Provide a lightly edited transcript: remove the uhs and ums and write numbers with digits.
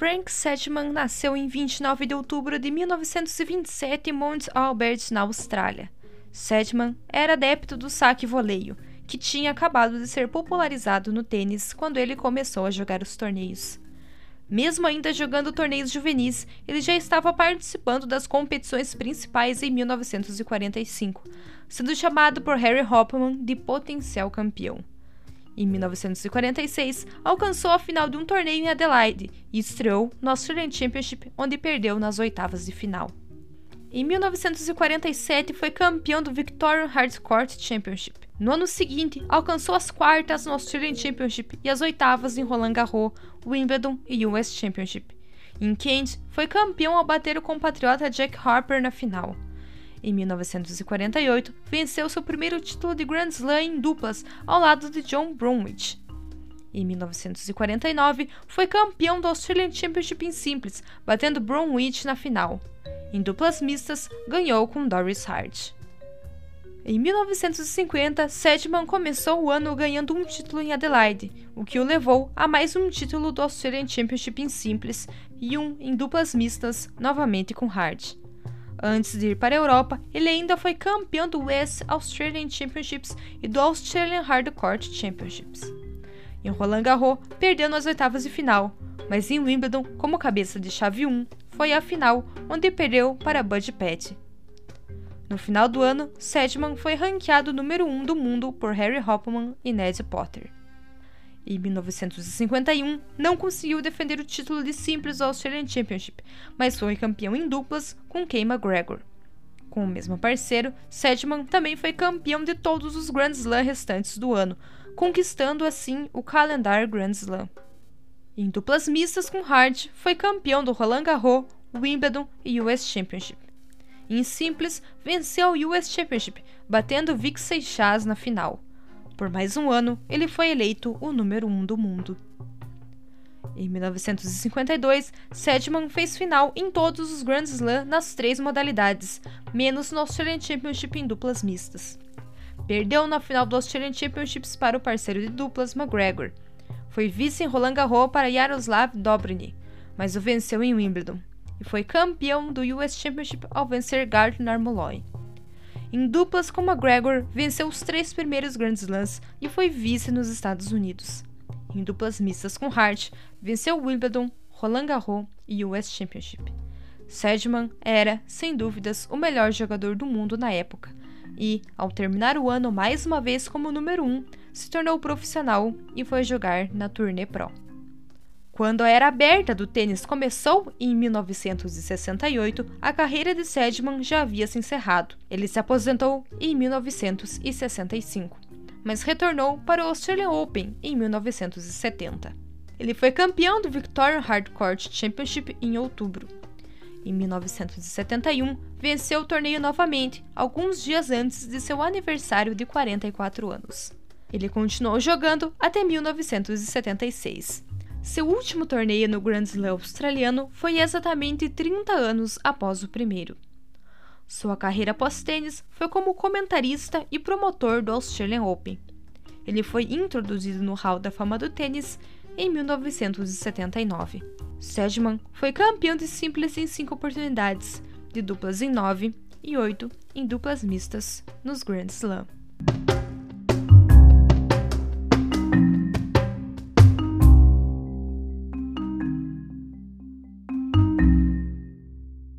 Frank Sedgman nasceu em 29 de outubro de 1927 em Mount Albert, na Austrália. Sedgman era adepto do saque e voleio, que tinha acabado de ser popularizado no tênis quando ele começou a jogar os torneios. Mesmo ainda jogando torneios juvenis, ele já estava participando das competições principais em 1945, sendo chamado por Harry Hopman de potencial campeão. Em 1946, alcançou a final de um torneio em Adelaide e estreou no Australian Championship, onde perdeu nas oitavas de final. Em 1947, foi campeão do Victorian Hardcourt Championship. No ano seguinte, alcançou as quartas no Australian Championship e as oitavas em Roland Garros, Wimbledon e US Championship. Em Kent, foi campeão ao bater o compatriota Jack Harper na final. Em 1948, venceu seu primeiro título de Grand Slam em duplas ao lado de John Bromwich. Em 1949, foi campeão do Australian Championship em simples, batendo Bromwich na final. Em duplas mistas, ganhou com Doris Hart. Em 1950, Sedgman começou o ano ganhando um título em Adelaide, o que o levou a mais um título do Australian Championship em simples e um em duplas mistas, novamente com Hart. Antes de ir para a Europa, ele ainda foi campeão do West Australian Championships e do Australian Hardcourt Championships. Em Roland Garros, perdeu nas oitavas de final, mas em Wimbledon, como cabeça de chave 1, foi a final, onde perdeu para Bud Petty. No final do ano, Sedgman foi ranqueado número 1 do mundo por Harry Hopman e Ned Potter. Em 1951, não conseguiu defender o título de simples do Australian Championship, mas foi campeão em duplas com Kay McGregor. Com o mesmo parceiro, Sedgman também foi campeão de todos os Grand Slam restantes do ano, conquistando assim o Calendar Grand Slam. Em duplas mistas com Hart, foi campeão do Roland Garros, Wimbledon e US Championship. Em simples, venceu o US Championship, batendo Vic Seixas na final. Por mais um ano, ele foi eleito o número 1 do mundo. Em 1952, Sedgman fez final em todos os Grand Slam nas 3 modalidades, menos no Australian Championship em duplas mistas. Perdeu na final do Australian Championships para o parceiro de duplas McGregor. Foi vice em Roland Garros para Jaroslav Dobriny, mas o venceu em Wimbledon. E foi campeão do US Championship ao vencer Gardner Mulloy. Em duplas com McGregor, venceu os 3 primeiros Grand Slams e foi vice nos Estados Unidos. Em duplas mistas com Hart, venceu Wimbledon, Roland Garros e US Championship. Sedgman era, sem dúvidas, o melhor jogador do mundo na época e, ao terminar o ano mais uma vez como número 1, se tornou profissional e foi jogar na Tournée Pro. Quando a era aberta do tênis começou, em 1968, a carreira de Sedgman já havia se encerrado. Ele se aposentou em 1965, mas retornou para o Australian Open em 1970. Ele foi campeão do Victorian Hardcourt Championship em outubro. Em 1971, venceu o torneio novamente, alguns dias antes de seu aniversário de 44 anos. Ele continuou jogando até 1976. Seu último torneio no Grand Slam australiano foi exatamente 30 anos após o primeiro. Sua carreira pós-tênis foi como comentarista e promotor do Australian Open. Ele foi introduzido no Hall da Fama do Tênis em 1979. Sedgman foi campeão de simples em 5 oportunidades, de duplas em 9 e 8 em duplas mistas nos Grand Slam.